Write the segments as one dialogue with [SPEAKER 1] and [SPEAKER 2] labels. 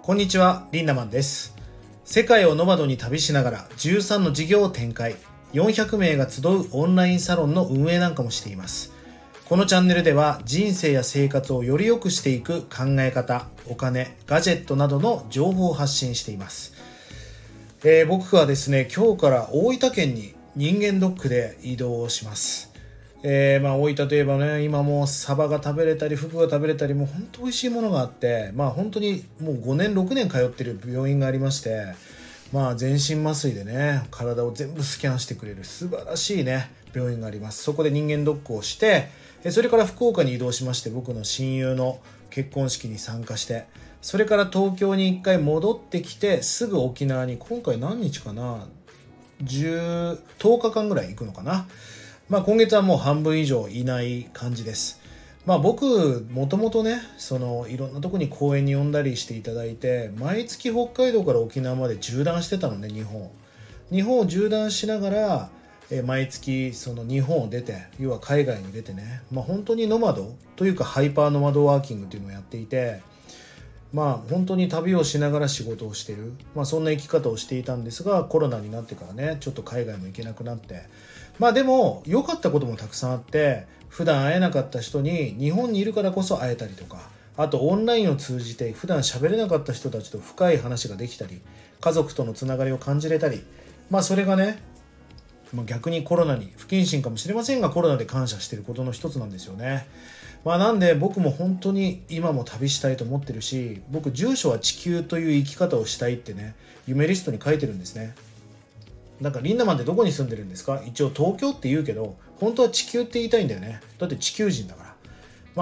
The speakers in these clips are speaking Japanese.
[SPEAKER 1] こんにちは、リンダマンです。世界をノマドに旅しながら13の事業を展開、400名が集うオンラインサロンの運営なんかもしています。このチャンネルでは人生や生活をより良くしていく考え方、お金、ガジェットなどの情報を発信しています。僕はですね、今日から大分県に人間ドックで移動します。大分といえばね、今もうサバが食べれたりフグが食べれたり、もう本当美味しいものがあって、本当にもう5年6年通ってる病院がありまして、全身麻酔でね、体を全部スキャンしてくれる素晴らしいね病院があります。そこで人間ドックをして、それから福岡に移動しまして、僕の親友の結婚式に参加して、それから東京に1回戻ってきて、すぐ沖縄に今回何日かな、10日間ぐらい行くのかな。今月はもう半分以上いない感じです。僕もともとね、いろんなとこに公演に呼んだりしていただいて、毎月北海道から沖縄まで縦断してたのね。日本を縦断しながら毎月日本を出て、要は海外に出てね、本当にノマドというかハイパーノマドワーキングというのをやっていて、本当に旅をしながら仕事をしている、そんな生き方をしていたんですが、コロナになってからね、ちょっと海外も行けなくなって、でも良かったこともたくさんあって、普段会えなかった人に日本にいるからこそ会えたりとか、あとオンラインを通じて普段喋れなかった人たちと深い話ができたり、家族とのつながりを感じれたり、それがね、逆にコロナに不謹慎かもしれませんが、コロナで感謝していることの一つなんですよね。なんで僕も本当に今も旅したいと思ってるし、僕住所は地球という生き方をしたいってね、夢リストに書いてるんですね。なんかリンダマンってどこに住んでるんですか？一応東京って言うけど、本当は地球って言いたいんだよね。だって地球人だから。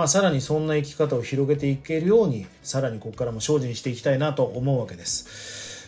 [SPEAKER 1] さらにそんな生き方を広げていけるように、さらにここからも精進していきたいなと思うわけです。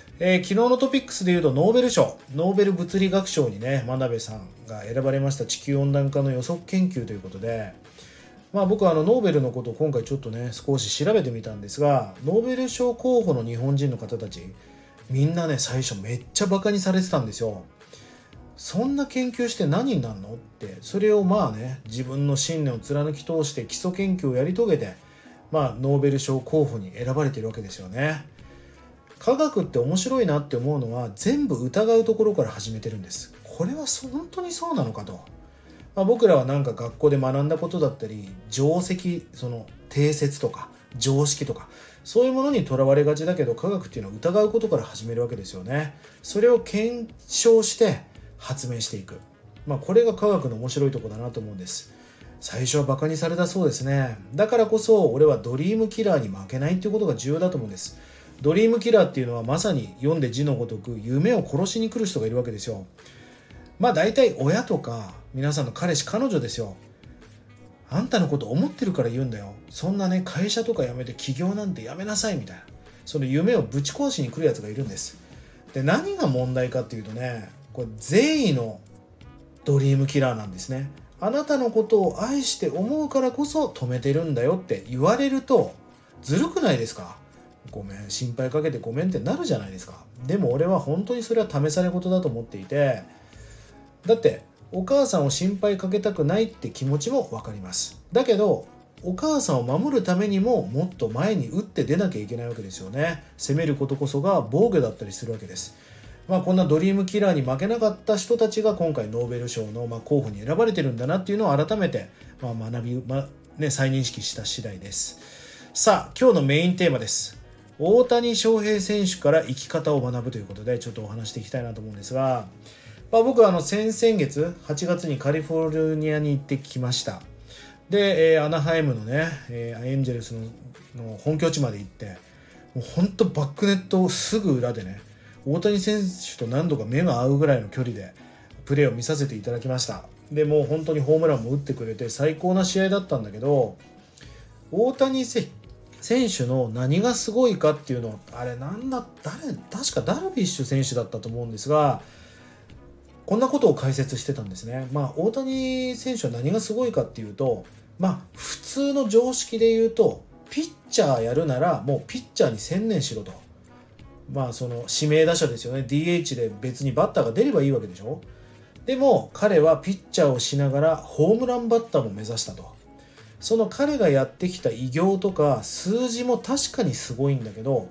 [SPEAKER 1] 昨日のトピックスで言うと、ノーベル賞、ノーベル物理学賞にね、真鍋さんが選ばれました。地球温暖化の予測研究ということで、僕はノーベルのことを今回ちょっとね、少し調べてみたんですが、ノーベル賞候補の日本人の方たち、みんなね、最初めっちゃバカにされてたんですよ。そんな研究して何になるのって。それを自分の信念を貫き通して基礎研究をやり遂げて、ノーベル賞候補に選ばれているわけですよね。科学って面白いなって思うのは、全部疑うところから始めてるんです。これは本当にそうなのかと。僕らはなんか学校で学んだことだったり、定石、定説とか常識とか、そういうものにとらわれがちだけど、科学っていうのは疑うことから始めるわけですよね。それを検証して発明していく。これが科学の面白いところだなと思うんです。最初はバカにされたそうですね。だからこそ俺はドリームキラーに負けないっていうことが重要だと思うんです。ドリームキラーっていうのはまさに読んで字のごとく夢を殺しに来る人がいるわけですよ。大体親とか皆さんの彼氏彼女ですよ。あんたのこと思ってるから言うんだよ。そんなね、会社とか辞めて起業なんてやめなさいみたいな、その夢をぶち壊しに来るやつがいるんです。で、何が問題かっていうとね、これ善意のドリームキラーなんですね。あなたのことを愛して思うからこそ止めてるんだよって言われるとずるくないですか？ごめん、心配かけてごめんってなるじゃないですか。でも俺は本当にそれは試され事だと思っていて、だってお母さんを心配かけたくないって気持ちも分かります。だけどお母さんを守るためにももっと前に打って出なきゃいけないわけですよね。攻めることこそが防御だったりするわけです。こんなドリームキラーに負けなかった人たちが今回ノーベル賞の候補に選ばれてるんだなっていうのを改めて学び、再認識した次第です。さあ、今日のメインテーマです。大谷翔平選手から生き方を学ぶということで、ちょっとお話していきたいなと思うんですが、僕は先月8月にカリフォルニアに行ってきました。で、アナハイムのね、エンジェルスの本拠地まで行って、もう本当バックネットすぐ裏でね、大谷選手と何度か目が合うぐらいの距離でプレーを見させていただきました。で、もう本当にホームランも打ってくれて最高な試合だったんだけど、大谷選手の何がすごいかっていうの、あれ確かダルビッシュ選手だったと思うんですが、こんなことを解説してたんですね。大谷選手は何がすごいかっていうと、普通の常識で言うと、ピッチャーやるならもうピッチャーに専念しろと。その指名打者ですよね。 DH で別にバッターが出ればいいわけでしょ。でも彼はピッチャーをしながらホームランバッターも目指したと。その彼がやってきた偉業とか数字も確かにすごいんだけど、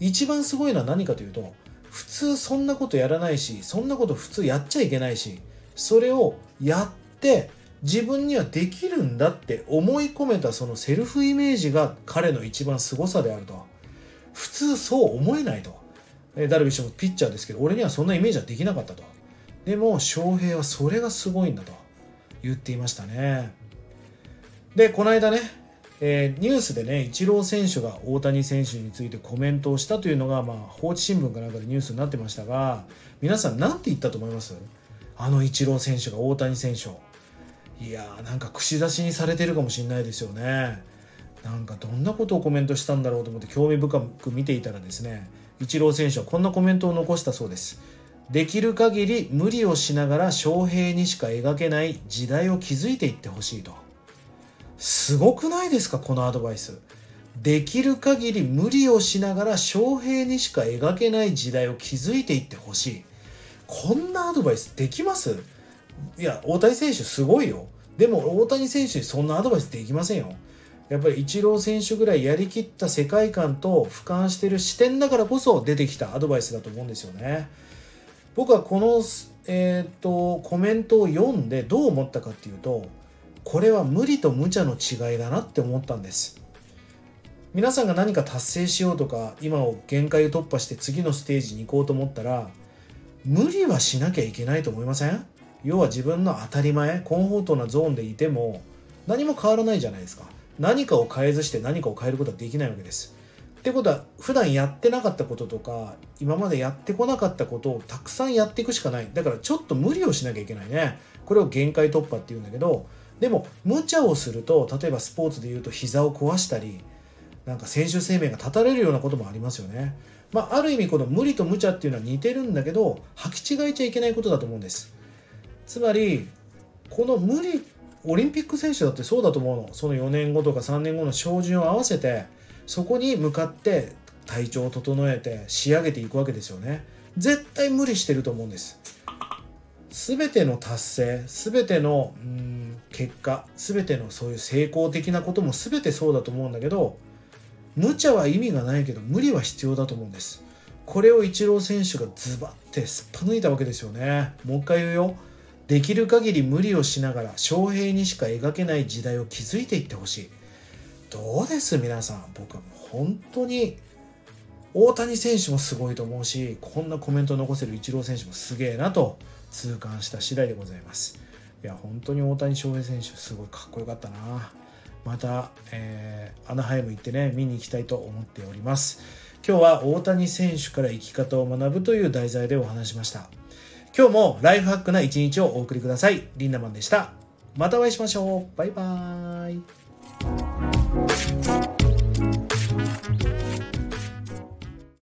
[SPEAKER 1] 一番すごいのは何かというと、普通そんなことやらないし、そんなこと普通やっちゃいけないし、それをやって自分にはできるんだって思い込めたそのセルフイメージが彼の一番凄さであると。普通そう思えないと。ダルビッシュもピッチャーですけど、俺にはそんなイメージはできなかったと。でも翔平はそれがすごいんだと言っていましたね。でこの間ね、ニュースでね、イチロー選手が大谷選手についてコメントをしたというのが、報知新聞かなんかでニュースになってましたが、皆さん何て言ったと思います？あのイチロー選手が大谷選手を。いやー、なんか串刺しにされてるかもしれないですよね。なんかどんなことをコメントしたんだろうと思って興味深く見ていたらですね、イチロー選手はこんなコメントを残したそうです。できる限り無理をしながら翔平にしか描けない時代を築いていってほしいと。すごくないですか、このアドバイス。できる限り無理をしながら翔平にしか描けない時代を築いていってほしい。こんなアドバイスできます？いや、大谷選手すごいよ。でも大谷選手にそんなアドバイスできませんよ。やっぱりイチロー選手ぐらいやりきった世界観と俯瞰してる視点だからこそ出てきたアドバイスだと思うんですよね。僕はこの、コメントを読んでどう思ったかっていうと、これは無理と無茶の違いだなって思ったんです。皆さんが何か達成しようとか、今を限界を突破して次のステージに行こうと思ったら、無理はしなきゃいけないと思いません？要は自分の当たり前、コンフォートなゾーンでいても何も変わらないじゃないですか。何かを変えずして何かを変えることはできないわけです。ってことは、普段やってなかったこととか、今までやってこなかったことをたくさんやっていくしかない。だからちょっと無理をしなきゃいけないね。これを限界突破っていうんだけど、でも無茶をすると、例えばスポーツでいうと膝を壊したり、なんか選手生命が絶たれるようなこともありますよね。ある意味この無理と無茶っていうのは似てるんだけど、履き違えちゃいけないことだと思うんです。つまりこの無理、オリンピック選手だってそうだと思うの。その4年後とか3年後の照準を合わせて、そこに向かって体調を整えて仕上げていくわけですよね。絶対無理してると思うんです。全ての達成、全ての結果、全てのそういう成功的なことも全てそうだと思うんだけど、無茶は意味がないけど無理は必要だと思うんです。これをイチロー選手がズバッてすっぱ抜いたわけですよね。もう一回言うよ。できる限り無理をしながら翔平にしか描けない時代を築いていってほしい。どうです皆さん。僕はもう本当に大谷選手もすごいと思うし、こんなコメントを残せるイチロー選手もすげえなと痛感した次第でございます。いや本当に大谷翔平選手すごいかっこよかったな。また、アナハイム行ってね、見に行きたいと思っております。今日は大谷選手から生き方を学ぶという題材でお話しました。今日もライフハックな一日をお送りください。リンダマンでした。またお会いしましょう。バイバーイ。